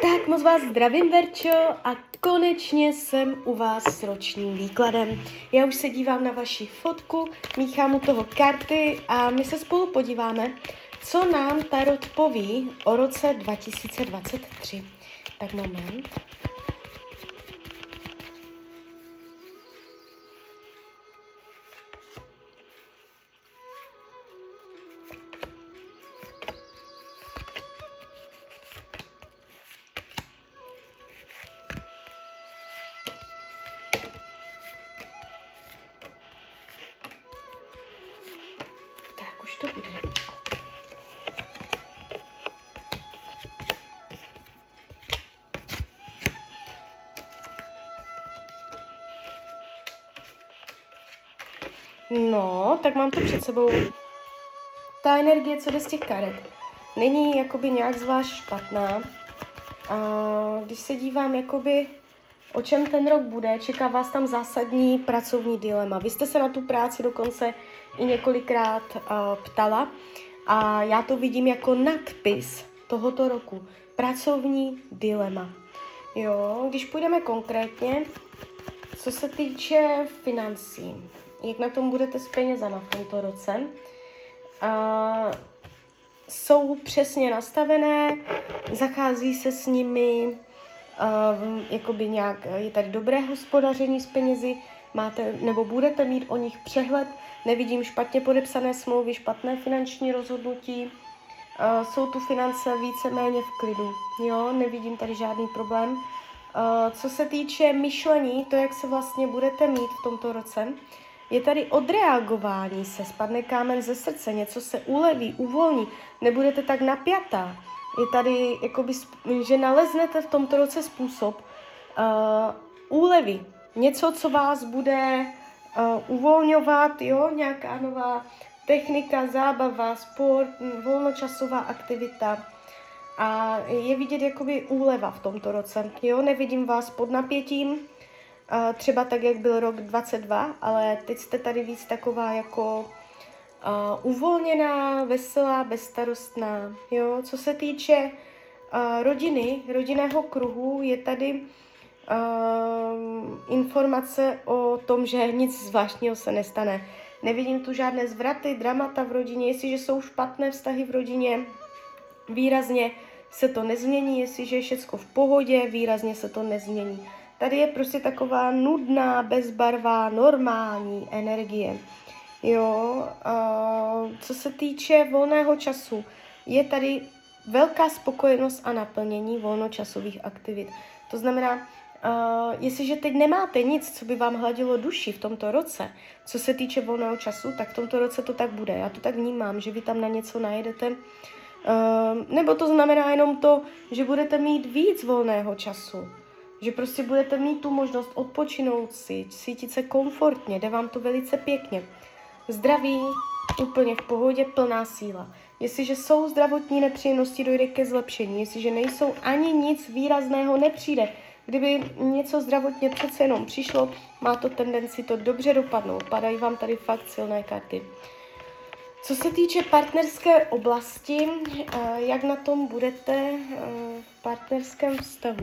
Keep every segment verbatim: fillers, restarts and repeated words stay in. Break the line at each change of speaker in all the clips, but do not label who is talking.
Tak moc vás zdravím, Verčo, a konečně jsem u vás s ročním výkladem. Já už se dívám na vaši fotku, míchám u toho karty a my se spolu podíváme, co nám Tarot poví o roce dva tisíce dvacet tři. Tak moment. Tak už to bude. No, tak mám to před sebou. Ta energie, co jde z těch karet, není jakoby nějak zvlášť špatná. A když se dívám, jakoby, o čem ten rok bude, čeká vás tam zásadní pracovní dilema. Vy jste se na tu práci dokonce i několikrát uh, ptala a já to vidím jako nadpis tohoto roku. Pracovní dilema. Jo, když půjdeme konkrétně, co se týče financí, jak na tom budete s penězama v tomto roce, uh, jsou přesně nastavené, zachází se s nimi, uh, jakoby nějak, je tady dobré hospodaření s penězi, máte, nebo budete mít o nich přehled, nevidím špatně podepsané smlouvy, špatné finanční rozhodnutí, uh, jsou tu finance víceméně v klidu, jo, nevidím tady žádný problém. Uh, co se týče myšlení, to, jak se vlastně budete mít v tomto roce, je tady odreagování se, spadne kámen ze srdce, něco se uleví, uvolní, nebudete tak napjatá. Je tady, jakoby, že naleznete v tomto roce způsob uh, úlevy. Něco, co vás bude uh, uvolňovat, jo, nějaká nová technika, zábava, sport, volnočasová aktivita. A je vidět jakoby úleva v tomto roce, jo, nevidím vás pod napětím, Uh, třeba tak, jak byl rok dvacet dva, ale teď jste tady víc taková jako uh, uvolněná, veselá, bezstarostná. Jo? Co se týče uh, rodiny, rodinného kruhu, je tady uh, informace o tom, že nic zvláštního se nestane. Nevidím tu žádné zvraty, dramata v rodině, jestliže jsou špatné vztahy v rodině, výrazně se to nezmění, jestliže je všecko v pohodě, výrazně se to nezmění. Tady je prostě taková nudná, bezbarvá, normální energie. Jo, uh, co se týče volného času, je tady velká spokojenost a naplnění volnočasových aktivit. To znamená, uh, jestliže teď nemáte nic, co by vám hladilo duši v tomto roce, co se týče volného času, tak v tomto roce to tak bude. Já to tak vnímám, že vy tam na něco najedete. Uh, nebo to znamená jenom to, že budete mít víc volného času. Že prostě budete mít tu možnost odpočinout si, cítit se komfortně, jde vám to velice pěkně. Zdraví, úplně v pohodě, plná síla. Jestliže jsou zdravotní nepříjemnosti, dojde ke zlepšení. Jestliže nejsou, ani nic výrazného nepřijde. Kdyby něco zdravotně přece jenom přišlo, má to tendenci to dobře dopadnout. Padají vám tady fakt silné karty. Co se týče partnerské oblasti, jak na tom budete v partnerském vztahu?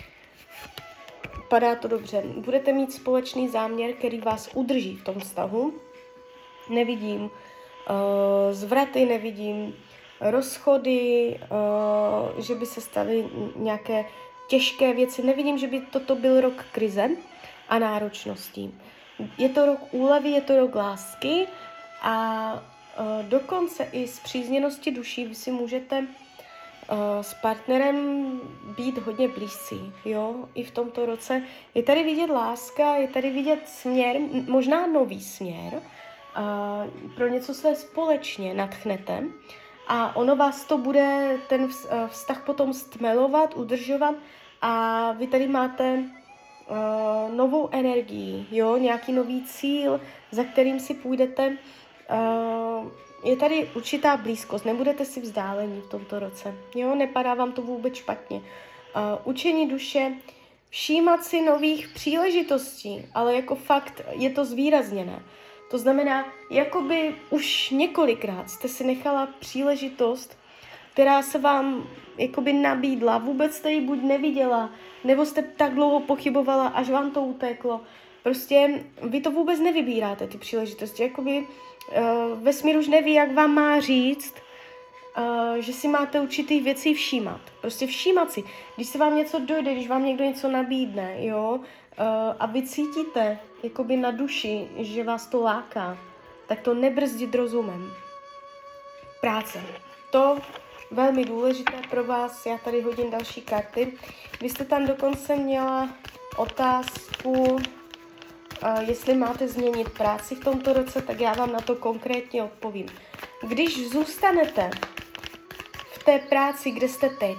Padá to dobře. Budete mít společný záměr, který vás udrží v tom vztahu. Nevidím uh, zvraty, nevidím rozchody, uh, že by se staly nějaké těžké věci. Nevidím, že by toto byl rok krize a náročností. Je to rok úlevy, je to rok lásky a uh, dokonce i spřízněnosti duší vy si můžete s partnerem být hodně blízcí, jo, i v tomto roce. Je tady vidět láska, je tady vidět směr, možná nový směr, pro něco se společně nadchnete a ono vás to bude ten vztah potom stmelovat, udržovat a vy tady máte uh, novou energii, jo, nějaký nový cíl, za kterým si půjdete. Uh, Je tady určitá blízkost, nebudete si vzdálení v tomto roce. Jo, nepadá vám to vůbec špatně. Uh, učení duše, všímat si nových příležitostí, ale jako fakt je to zvýrazněné. To znamená, jakoby už několikrát jste si nechala příležitost která se vám jakoby nabídla, vůbec jste ji buď neviděla, nebo jste tak dlouho pochybovala, až vám to uteklo. Prostě vy to vůbec nevybíráte, ty příležitosti. Jakoby uh, vesmír už neví, jak vám má říct, uh, že si máte určitých věcí všímat. Prostě všímat si. Když se vám něco dojde, když vám někdo něco nabídne, jo, uh, a vy cítíte jakoby na duši, že vás to láká, tak to nebrzdit rozumem. Práce. To velmi důležité pro vás. Já tady hodím další karty. Vy jste tam dokonce měla otázku, uh, jestli máte změnit práci v tomto roce, tak já vám na to konkrétně odpovím. Když zůstanete v té práci, kde jste teď,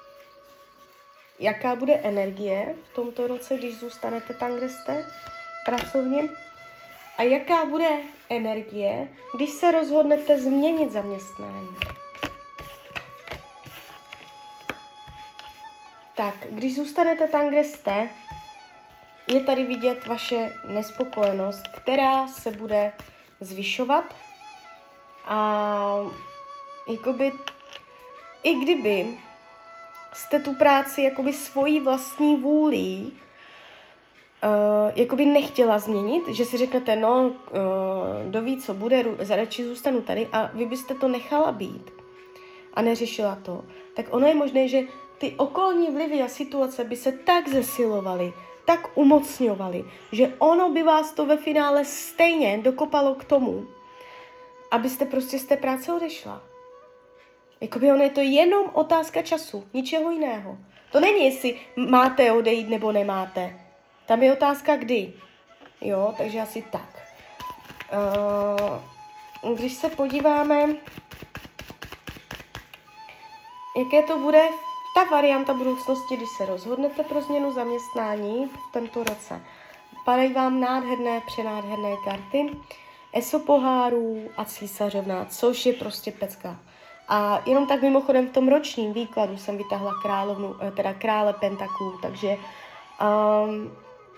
jaká bude energie v tomto roce, když zůstanete tam, kde jste pracovně? A jaká bude energie, když se rozhodnete změnit zaměstnání? Tak, když zůstanete tam, kde jste, je tady vidět vaše nespokojenost, která se bude zvyšovat. A jakoby, i kdyby jste tu práci jakoby svojí vlastní vůlí Uh, jakoby nechtěla změnit, že si řeknete, no, uh, kdo ví, co bude, radši zůstanu tady a vy byste to nechala být a neřešila to, tak ono je možné, že ty okolní vlivy a situace by se tak zesilovaly, tak umocňovaly, že ono by vás to ve finále stejně dokopalo k tomu, abyste prostě z té práce odešla. Jakoby ono je to jenom otázka času, ničeho jiného. To není, jestli máte odejít nebo nemáte. Tam je otázka kdy. Jo, takže asi tak. Uh, když se podíváme, jaké to bude ta varianta budoucnosti, když se rozhodnete pro změnu zaměstnání v tomto roce. Padají vám nádherné, přenádherné karty. Eso pohárů a císařovna, což je prostě pecka. A jenom tak mimochodem v tom ročním výkladu jsem vytáhla královnu, teda krále pentaklů, takže um,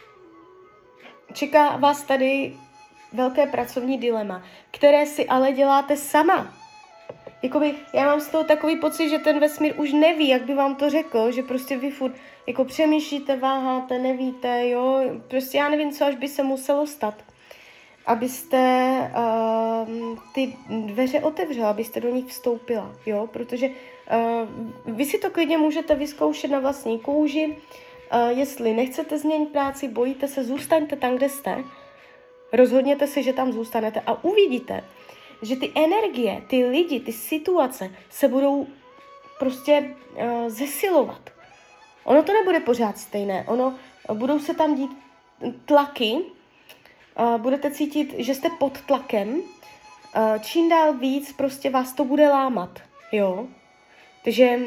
čeká vás tady velké pracovní dilema, které si ale děláte sama. Jakoby, já mám z toho takový pocit, že ten vesmír už neví, jak by vám to řekl, že prostě vy furt jako přemýšlíte, váháte, nevíte, jo, prostě já nevím, co až by se muselo stát, abyste uh, ty dveře otevřela, abyste do nich vstoupila, jo, protože uh, vy si to klidně můžete vyzkoušet na vlastní kůži. Uh, jestli nechcete změnit práci, bojíte se, zůstaňte tam, kde jste, rozhodněte se, že tam zůstanete a uvidíte, že ty energie, ty lidi, ty situace se budou prostě uh, zesilovat. Ono to nebude pořád stejné, ono uh, budou se tam dít tlaky, uh, budete cítit, že jste pod tlakem, uh, čím dál víc prostě vás to bude lámat, jo. Takže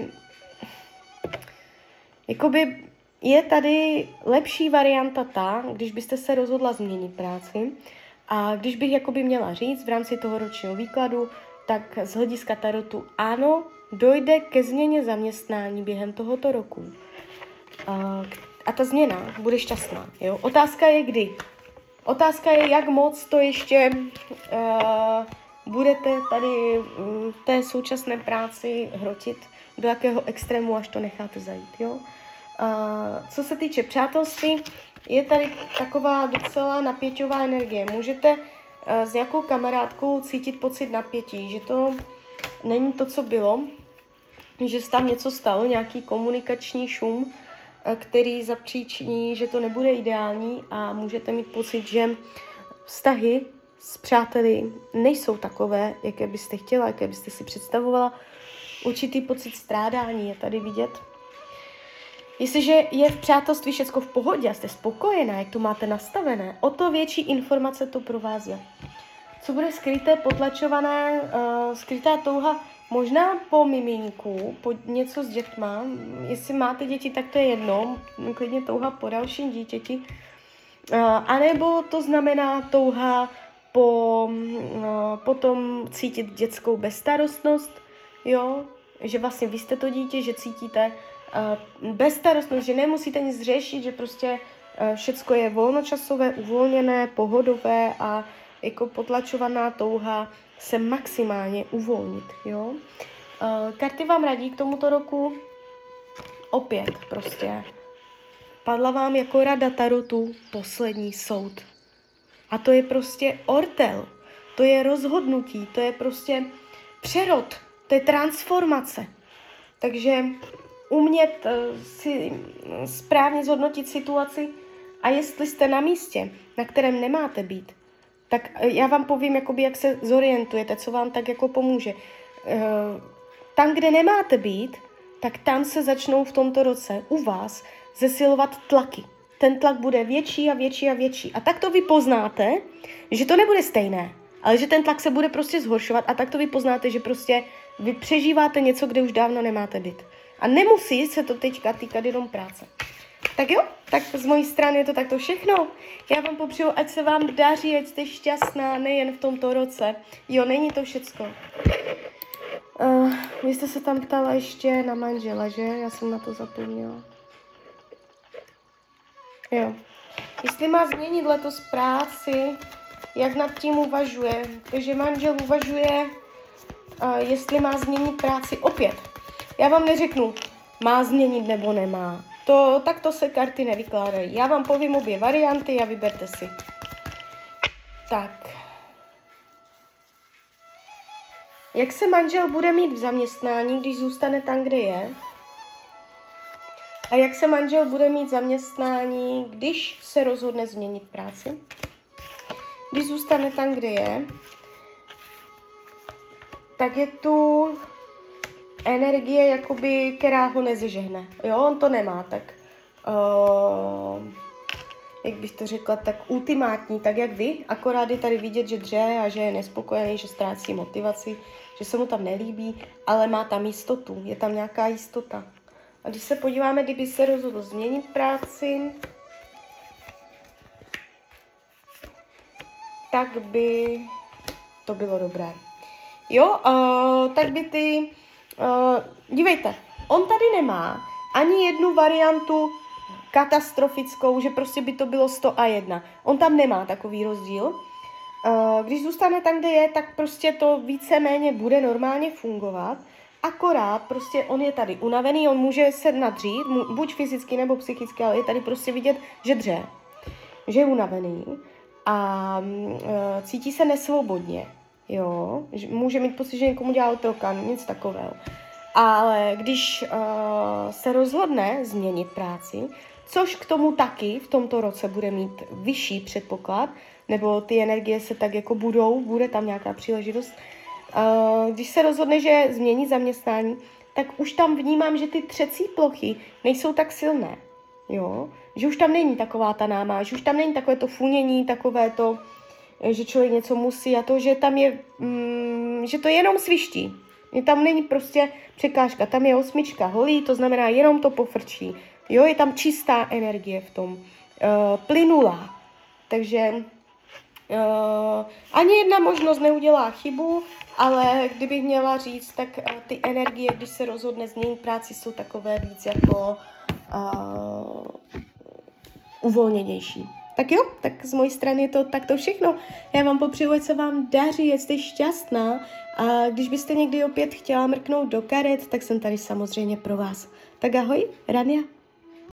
jakoby je tady lepší varianta ta, když byste se rozhodla změnit práci a když bych jakoby měla říct v rámci toho ročního výkladu, tak z hlediska tarotu ano, dojde ke změně zaměstnání během tohoto roku. A, a ta změna bude šťastná. Jo? Otázka je kdy. Otázka je, jak moc to ještě uh, budete tady v té současné práci hrotit, do jakého extrému, až to necháte zajít. Jo? Uh, co se týče přátelství, je tady taková docela napěťová energie. Můžete uh, s nějakou kamarádkou cítit pocit napětí, že to není to, co bylo, že se tam něco stalo, nějaký komunikační šum, uh, který zapříčiní, že to nebude ideální a můžete mít pocit, že vztahy s přáteli nejsou takové, jaké byste chtěla, jaké byste si představovala. Určitý pocit strádání je tady vidět. Jestliže je v přátelství všechno v pohodě a jste spokojená, jak to máte nastavené, o to větší informace to pro vás je. Co bude skryté, potlačované, uh, skrytá touha možná po miminku, po něco s dětma. Jestli máte děti, tak to je jedno, klidně touha po dalším dítěti. Uh, a nebo to znamená touha po, uh, potom cítit dětskou bezstarostnost, jo? Že vlastně vy jste to dítě, že cítíte Uh, bezstarostnost, že nemusíte nic řešit, že prostě uh, všecko je volnočasové, uvolněné, pohodové a jako potlačovaná touha se maximálně uvolnit, jo. Uh, karty vám radí k tomuto roku opět prostě. Padla vám jako rada tarotu poslední soud. A to je prostě ortel. To je rozhodnutí, to je prostě přerod, to je transformace. Takže umět uh, si správně zhodnotit situaci a jestli jste na místě, na kterém nemáte být, tak já vám povím, jakoby, jak se zorientujete, co vám tak jako pomůže. Uh, tam, kde nemáte být, tak tam se začnou v tomto roce u vás zesilovat tlaky. Ten tlak bude větší a větší a větší. A tak to vy poznáte, že to nebude stejné, ale že ten tlak se bude prostě zhoršovat a tak to vy poznáte, že prostě vy přežíváte něco, kde už dávno nemáte být. A nemusí se to teďka týkat jenom práce. Tak jo, tak z mojí strany je to takto všechno. Já vám popřeju, ať se vám daří, ať jste šťastná nejen v tomto roce. Jo, není to všecko. Uh, vy jste se tam ptala ještě na manžela, že? Já jsem na to zapomněla. Jo. Jestli má změnit letos práci, jak nad tím uvažuje. Takže manžel uvažuje, uh, jestli má změnit práci opět. Já vám neřeknu, má změnit nebo nemá. To, takto se karty nevykládají. Já vám povím obě varianty a vyberte si. Tak. Jak se manžel bude mít v zaměstnání, když zůstane tam, kde je? A jak se manžel bude mít zaměstnání, když se rozhodne změnit práci? Když zůstane tam, kde je, tak je tu energie, jakoby, která ho nezežehne. Jo, on to nemá, tak uh, jak bych to řekla, tak ultimátní, tak jak vy, akorát je tady vidět, že dře a že je nespokojený, že ztrácí motivaci, že se mu tam nelíbí, ale má tam jistotu, je tam nějaká jistota. A když se podíváme, kdyby se rozhodl změnit práci, tak by to bylo dobré. Jo, uh, tak by ty, uh, dívejte, on tady nemá ani jednu variantu katastrofickou, že prostě by to bylo sto a jedna. On tam nemá takový rozdíl. Uh, když zůstane tam, kde je, tak prostě to víceméně bude normálně fungovat. Akorát prostě on je tady unavený, on může se nadřít, buď fyzicky nebo psychicky, ale je tady prostě vidět, že dře, že je unavený a uh, cítí se nesvobodně. Jo, může mít pocit, že někomu dělá otroka, nic takového. Ale když uh, se rozhodne změnit práci, což k tomu taky v tomto roce bude mít vyšší předpoklad, nebo ty energie se tak jako budou, bude tam nějaká příležitost. Uh, když se rozhodne, že změní zaměstnání, tak už tam vnímám, že ty třecí plochy nejsou tak silné. Jo? Že už tam není taková ta náma, že už tam není takové to funění, takové to, že člověk něco musí a to, že tam je, mm, že to jenom sviští. Tam není prostě překážka, tam je osmička holí, to znamená jenom to pofrčí. Jo, je tam čistá energie v tom, uh, plynulá. Takže uh, ani jedna možnost neudělá chybu, ale kdybych měla říct, tak uh, ty energie, když se rozhodne změnit práci, jsou takové víc jako uh, uvolněnější. Tak jo, tak z mojí strany je to takto všechno. Já vám popřeju, ať se vám daří, ať jste šťastná. A když byste někdy opět chtěla mrknout do karet, tak jsem tady samozřejmě pro vás. Tak ahoj, Rania.